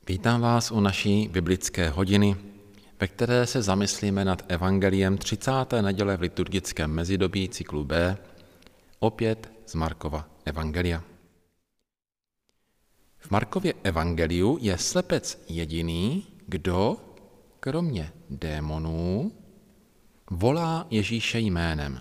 Vítám vás u naší biblické hodiny, ve které se zamyslíme nad evangeliem 30. neděle v liturgickém mezidobí cyklu B, opět z Markova evangelia. V Markově evangeliu je slepec jediný, kdo, kromě démonů, volá Ježíše jménem.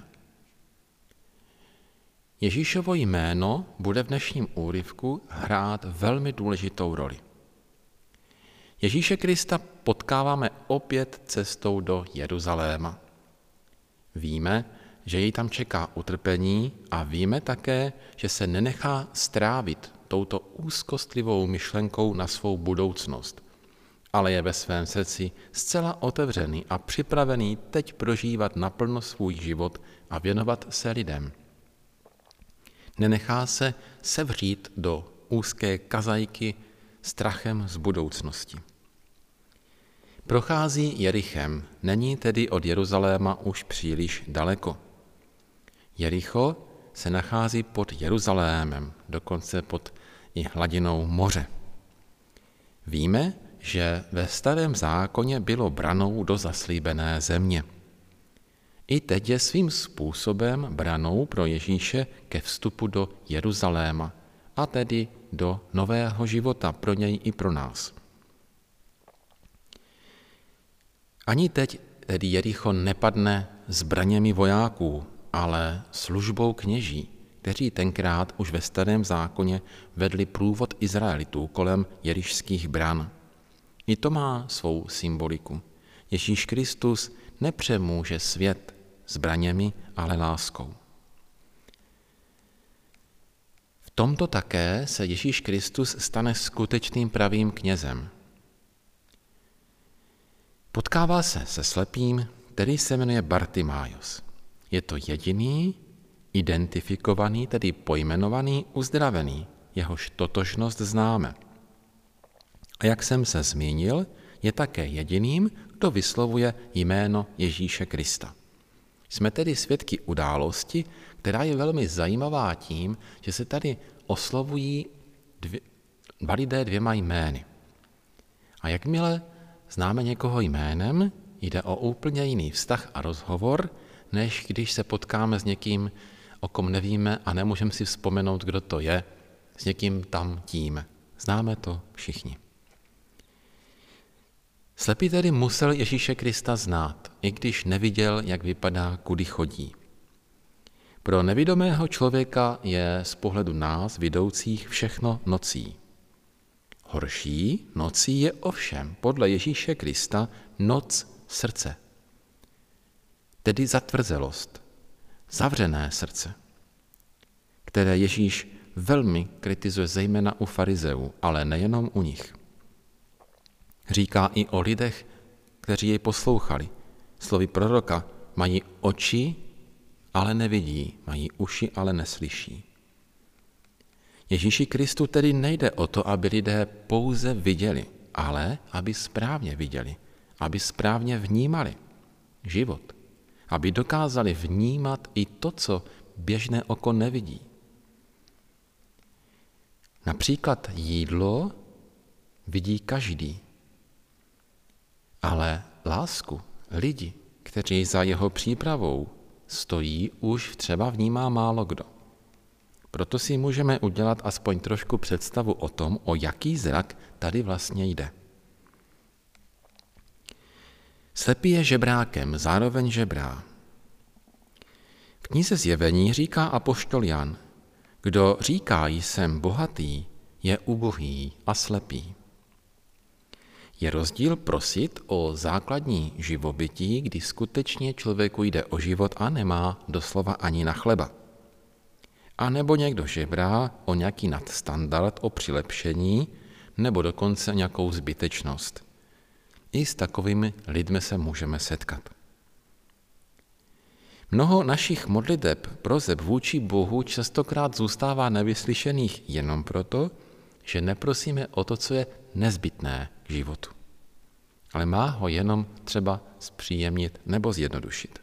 Ježíšovo jméno bude v dnešním úryvku hrát velmi důležitou roli. Ježíše Krista potkáváme opět cestou do Jeruzaléma. Víme, že jej tam čeká utrpení a víme také, že se nenechá strávit touto úzkostlivou myšlenkou na svou budoucnost, ale je ve svém srdci zcela otevřený a připravený teď prožívat naplno svůj život a věnovat se lidem. Nenechá se sevřít do úzké kazajky strachem z budoucnosti. Prochází Jerichem, není tedy od Jeruzaléma už příliš daleko. Jericho se nachází pod Jeruzalémem, dokonce pod i hladinou moře. Víme, že ve Starém zákoně bylo branou do zaslíbené země. I teď je svým způsobem branou pro Ježíše ke vstupu do Jeruzaléma, a tedy do nového života pro něj i pro nás. Ani teď tedy Jericho nepadne zbraněmi vojáků, ale službou kněží, kteří tenkrát už ve Starém zákoně vedli průvod Izraelitů kolem jerišských bran. I to má svou symboliku. Ježíš Kristus nepřemůže svět zbraněmi, ale láskou. V tomto také se Ježíš Kristus stane skutečným pravým knězem. Potkává se se slepým, který se jmenuje Bartimájos. Je to jediný, identifikovaný, tedy pojmenovaný, uzdravený, jehož totožnost známe. A jak jsem se zmínil, je také jediným, kdo vyslovuje jméno Ježíše Krista. Jsme tedy svědky události, která je velmi zajímavá tím, že se tady oslovují dva lidé dvěma jmény. A jakmile známe někoho jménem, jde o úplně jiný vztah a rozhovor, než když se potkáme s někým, o kom nevíme a nemůžeme si vzpomenout, kdo to je, s někým tam tím. Známe to všichni. Slepý tedy musel Ježíše Krista znát, i když neviděl, jak vypadá, kudy chodí. Pro nevidomého člověka je z pohledu nás, vidoucích, všechno nocí. Horší nocí je ovšem podle Ježíše Krista noc srdce, tedy zatvrzelost, zavřené srdce, které Ježíš velmi kritizuje zejména u farizeů, ale nejenom u nich. Říká i o lidech, kteří jej poslouchali. Slovy proroka: mají oči, ale nevidí, mají uši, ale neslyší. Ježíši Kristu tedy nejde o to, aby lidé pouze viděli, ale aby správně viděli, aby správně vnímali život, aby dokázali vnímat i to, co běžné oko nevidí. Například jídlo vidí každý, ale lásku, lidi, kteří za jeho přípravou stojí, už třeba vnímá málo kdo. Proto si můžeme udělat aspoň trošku představu o tom, o jaký zrak tady vlastně jde. Slepý je žebrákem, zároveň žebrá. V knize Zjevení říká apoštol Jan: kdo říká, jsem bohatý, je ubohý a slepý. Je rozdíl prosit o základní živobytí, kdy skutečně člověku jde o život a nemá doslova ani na chleba. A nebo někdo žebrá o nějaký nadstandard, o přilepšení, nebo dokonce nějakou zbytečnost. I s takovými lidmi se můžeme setkat. Mnoho našich modliteb, proseb vůči Bohu častokrát zůstává nevyslyšených jenom proto, že neprosíme o to, co je nezbytné k životu, ale má ho jenom třeba zpříjemnit nebo zjednodušit.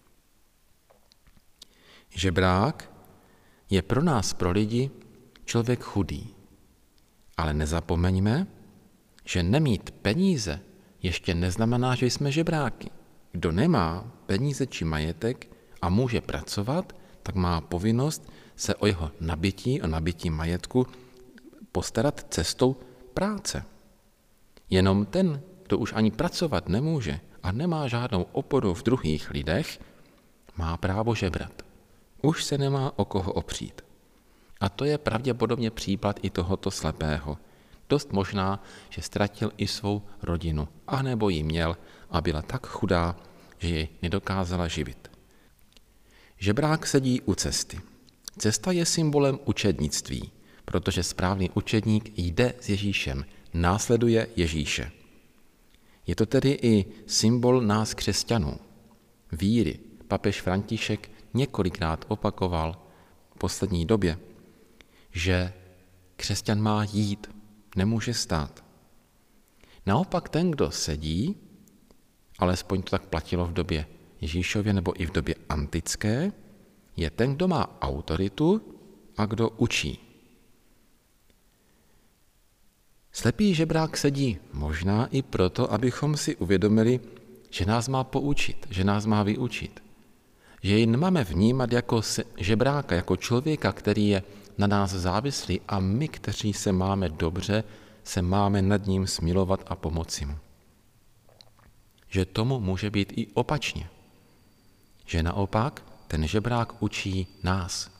Žebrák je pro nás, pro lidi, člověk chudý, ale nezapomeňme, že nemít peníze ještě neznamená, že jsme žebráky. Kdo nemá peníze či majetek a může pracovat, tak má povinnost se o jeho nabytí, o nabytí majetku postarat cestou práce. Jenom ten, kdo už ani pracovat nemůže a nemá žádnou oporu v druhých lidech, má právo žebrat. Už se nemá o koho opřít. A to je pravděpodobně případ i tohoto slepého. Dost možná, že ztratil i svou rodinu, anebo ji měl a byla tak chudá, že ji nedokázala živit. Žebrák sedí u cesty. Cesta je symbolem učednictví, protože správný učedník jde s Ježíšem, následuje Ježíše. Je to tedy i symbol nás křesťanů, víry. Papež František několikrát opakoval v poslední době, že křesťan má jít, nemůže stát. Naopak ten, kdo sedí, alespoň to tak platilo v době Ježíšově nebo i v době antické, je ten, kdo má autoritu a kdo učí. Slepý žebrák sedí možná i proto, abychom si uvědomili, že nás má poučit, že nás má vyučit. Že ji nemáme vnímat jako žebráka, jako člověka, který je na nás závislý a my, kteří se máme dobře, se máme nad ním smilovat a pomoci mu. Že tomu může být i opačně. Že naopak ten žebrák učí nás.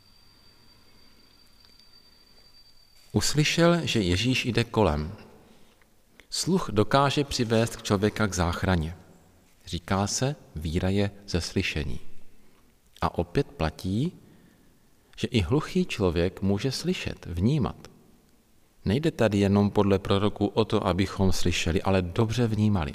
Uslyšel, že Ježíš jde kolem. Sluch dokáže přivést člověka k záchraně. Říká se, víra je ze slyšení. A opět platí, že i hluchý člověk může slyšet, vnímat. Nejde tady jenom podle proroků o to, abychom slyšeli, ale dobře vnímali.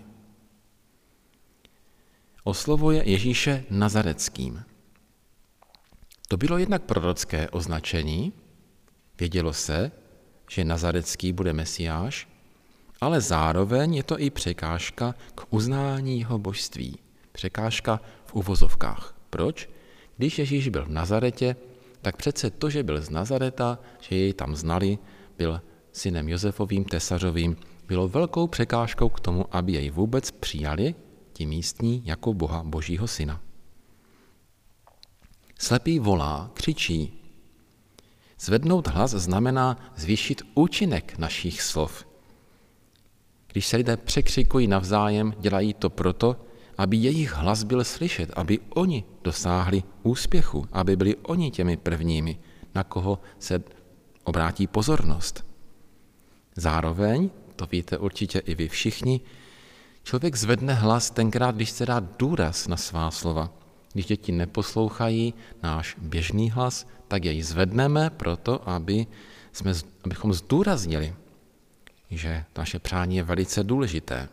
Oslovuje Ježíše Nazareckým. To bylo jednak prorocké označení, vědělo se, že Nazarecký bude Mesiáš, ale zároveň je to i překážka k uznání jeho božství. Překážka v uvozovkách. Proč? Když Ježíš byl v Nazaretě, tak přece to, že byl z Nazareta, že jej tam znali, byl synem Josefovým, Tesařovým, bylo velkou překážkou k tomu, aby jej vůbec přijali ti místní jako Boha, Božího syna. Slepý volá, křičí. Zvednout hlas znamená zvýšit účinek našich slov. Když se lidé překřikují navzájem, dělají to proto, aby jejich hlas byl slyšet, aby oni dosáhli úspěchu, aby byli oni těmi prvními, na koho se obrátí pozornost. Zároveň, to víte určitě i vy všichni, člověk zvedne hlas tenkrát, když se dá důraz na svá slova. Když děti neposlouchají náš běžný hlas, tak jej zvedneme proto, abychom zdůraznili, že naše přání je velice důležité.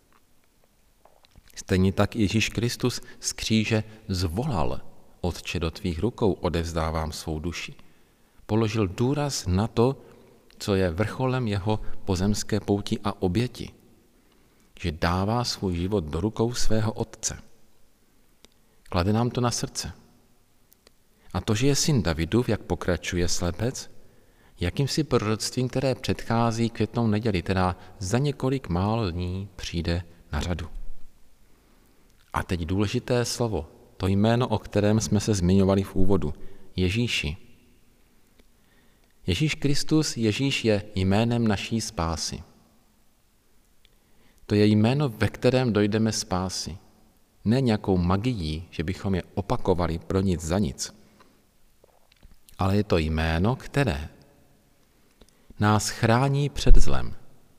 Stejně tak Ježíš Kristus z kříže zvolal: Otče, do tvých rukou odevzdávám svou duši. Položil důraz na to, co je vrcholem jeho pozemské pouti a oběti, že dává svůj život do rukou svého Otce. Klade nám to na srdce. A to, že je syn Davidův, jak pokračuje slepec, jakýmsi proroctvím, které předchází květnou neděli, která za několik málo dní přijde na řadu. A teď důležité slovo, to jméno, o kterém jsme se zmiňovali v úvodu, Ježíši. Ježíš Kristus, Ježíš je jménem naší spásy. To je jméno, ve kterém dojdeme spásy. Ne nějakou magií, že bychom je opakovali pro nic za nic. Ale je to jméno, které nás chrání před zlem.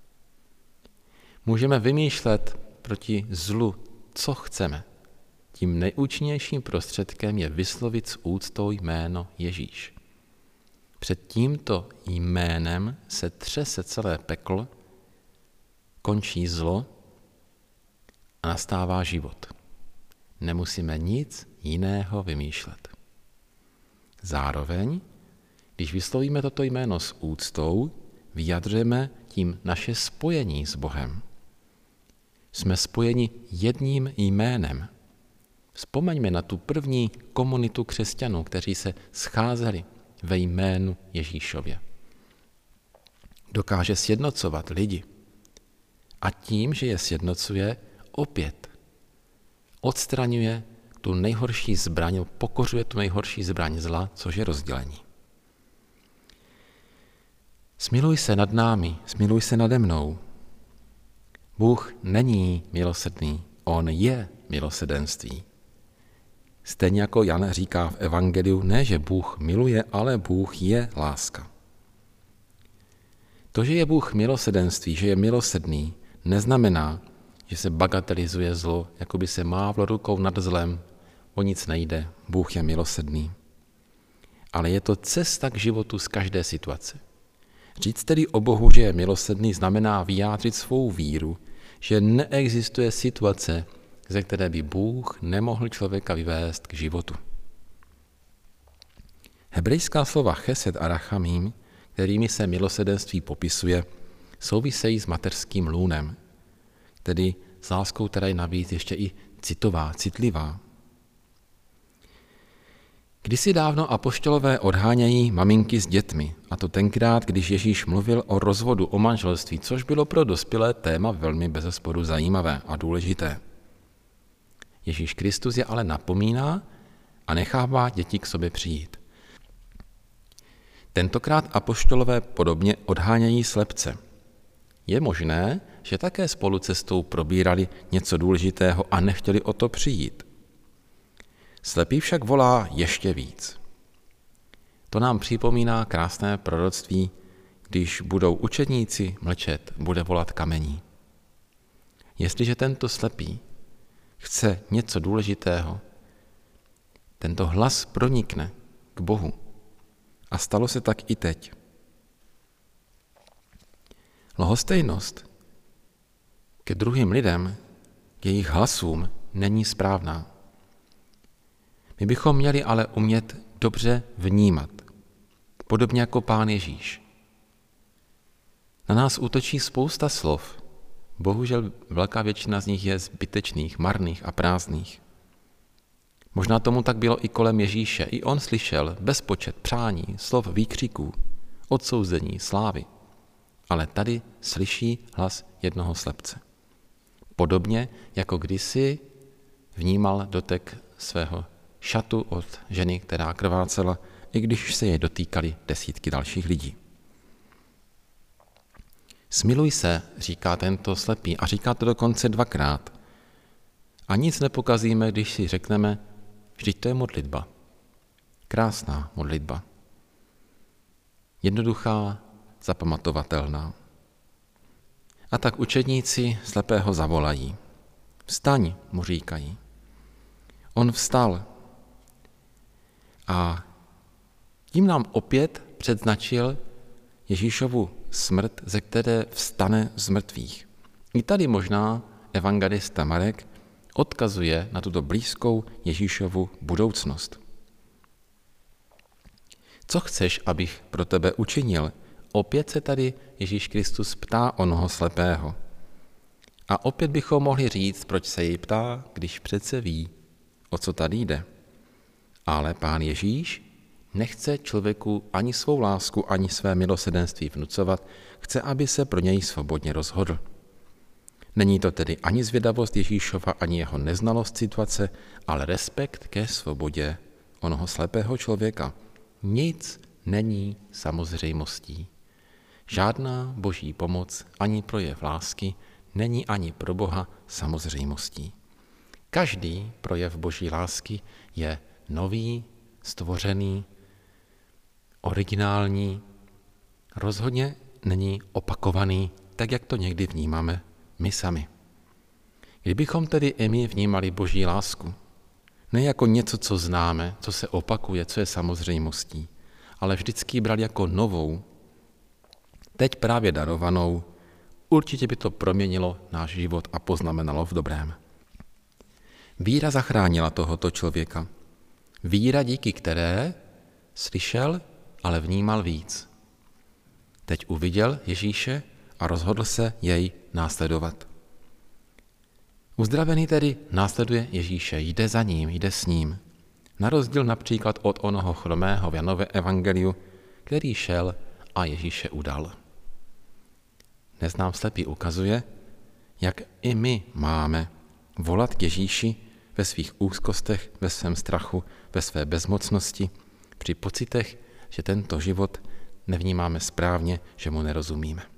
Můžeme vymýšlet proti zlu, co chceme. Tím nejúčinnějším prostředkem je vyslovit s úctou jméno Ježíš. Před tímto jménem se třese celé peklo, končí zlo a nastává život. Nemusíme nic jiného vymýšlet. Zároveň, když vyslovíme toto jméno s úctou, vyjadřujeme tím naše spojení s Bohem. Jsme spojeni jedním jménem. Vzpomeňme na tu první komunitu křesťanů, kteří se scházeli ve jménu Ježíšově. Dokáže sjednocovat lidi. A tím, že je sjednocuje, opět odstraňuje tu nejhorší zbraň, pokořuje tu nejhorší zbraň zla, což je rozdělení. Smiluj se nad námi, smiluj se nade mnou. Bůh není milosrdný, on je milosrdenství. Stejně jako Jan říká v evangeliu, ne, že Bůh miluje, ale Bůh je láska. To, že je Bůh milosrdenství, že je milosrdný, neznamená, že se bagatelizuje zlo, jako by se mávlo rukou nad zlem, o nic nejde, Bůh je milosrdný. Ale je to cesta k životu z každé situace. Říct tedy o Bohu, že je milosrdný, znamená vyjádřit svou víru, že neexistuje situace, ze které by Bůh nemohl člověka vyvést k životu. Hebrejská slova chesed a rachamím, kterými se milosrdenství popisuje, souvisejí s mateřským lůnem, tedy s láskou, která je navíc ještě i citová, citlivá. Kdysi dávno apoštolové odhánějí maminky s dětmi, a to tenkrát, když Ježíš mluvil o rozvodu, o manželství, což bylo pro dospělé téma velmi bezesporu zajímavé a důležité. Ježíš Kristus je ale napomíná a nechává děti k sobě přijít. Tentokrát apoštolové podobně odhánějí slepce. Je možné, že také spolu cestou probírali něco důležitého a nechtěli o to přijít. Slepý však volá ještě víc. To nám připomíná krásné proroctví, když budou učedníci mlčet, bude volat kamení. Jestliže tento slepý chce něco důležitého, tento hlas pronikne k Bohu. A stalo se tak i teď. Lhostejnost ke druhým lidem, k jejich hlasům, není správná. My bychom měli ale umět dobře vnímat, podobně jako Pán Ježíš. Na nás útočí spousta slov, bohužel velká většina z nich je zbytečných, marných a prázdných. Možná tomu tak bylo i kolem Ježíše. I on slyšel bezpočet přání, slov výkřiků, odsouzení, slávy. Ale tady slyší hlas jednoho slepce. Podobně jako kdysi vnímal dotek svého šatu od ženy, která krvácela, i když se jej dotýkali desítky dalších lidí. Smiluj se, říká tento slepý, a říká to dokonce dvakrát. A nic nepokazíme, když si řekneme, vždyť to je modlitba. Krásná modlitba. Jednoduchá, zapamatovatelná. A tak učedníci slepého zavolají. Vstaň, mu říkají. On vstal. A tím nám opět předznačil Ježíšovu smrt, ze které vstane z mrtvých. I tady možná evangelista Marek odkazuje na tuto blízkou Ježíšovu budoucnost. Co chceš, abych pro tebe učinil? Opět se tady Ježíš Kristus ptá onoho slepého. A opět bychom mohli říct, proč se jej ptá, když přece ví, o co tady jde. Ale Pán Ježíš nechce člověku ani svou lásku, ani své milosrdenství vnucovat, chce, aby se pro něj svobodně rozhodl. Není to tedy ani zvědavost Ježíšova, ani jeho neznalost situace, ale respekt ke svobodě onoho slepého člověka. Nic není samozřejmostí. Žádná boží pomoc, ani projev lásky, není ani pro Boha samozřejmostí. Každý projev boží lásky je nový, stvořený, originální, rozhodně není opakovaný, tak jak to někdy vnímáme my sami. Kdybychom tedy i my vnímali boží lásku, ne jako něco, co známe, co se opakuje, co je samozřejmostí, ale vždycky brali jako novou, teď právě darovanou, určitě by to proměnilo náš život a poznamenalo v dobrém. Víra zachránila tohoto člověka. Víra, díky které slyšel, ale vnímal víc. Teď uviděl Ježíše a rozhodl se jej následovat. Uzdravený tedy následuje Ježíše, jde za ním, jde s ním. Na rozdíl například od onoho chromého v Janově evangeliu, který šel a Ježíše udal. Dnes nám slepý ukazuje, jak i my máme volat k Ježíši ve svých úzkostech, ve svém strachu, ve své bezmocnosti, při pocitech, že tento život nevnímáme správně, že mu nerozumíme.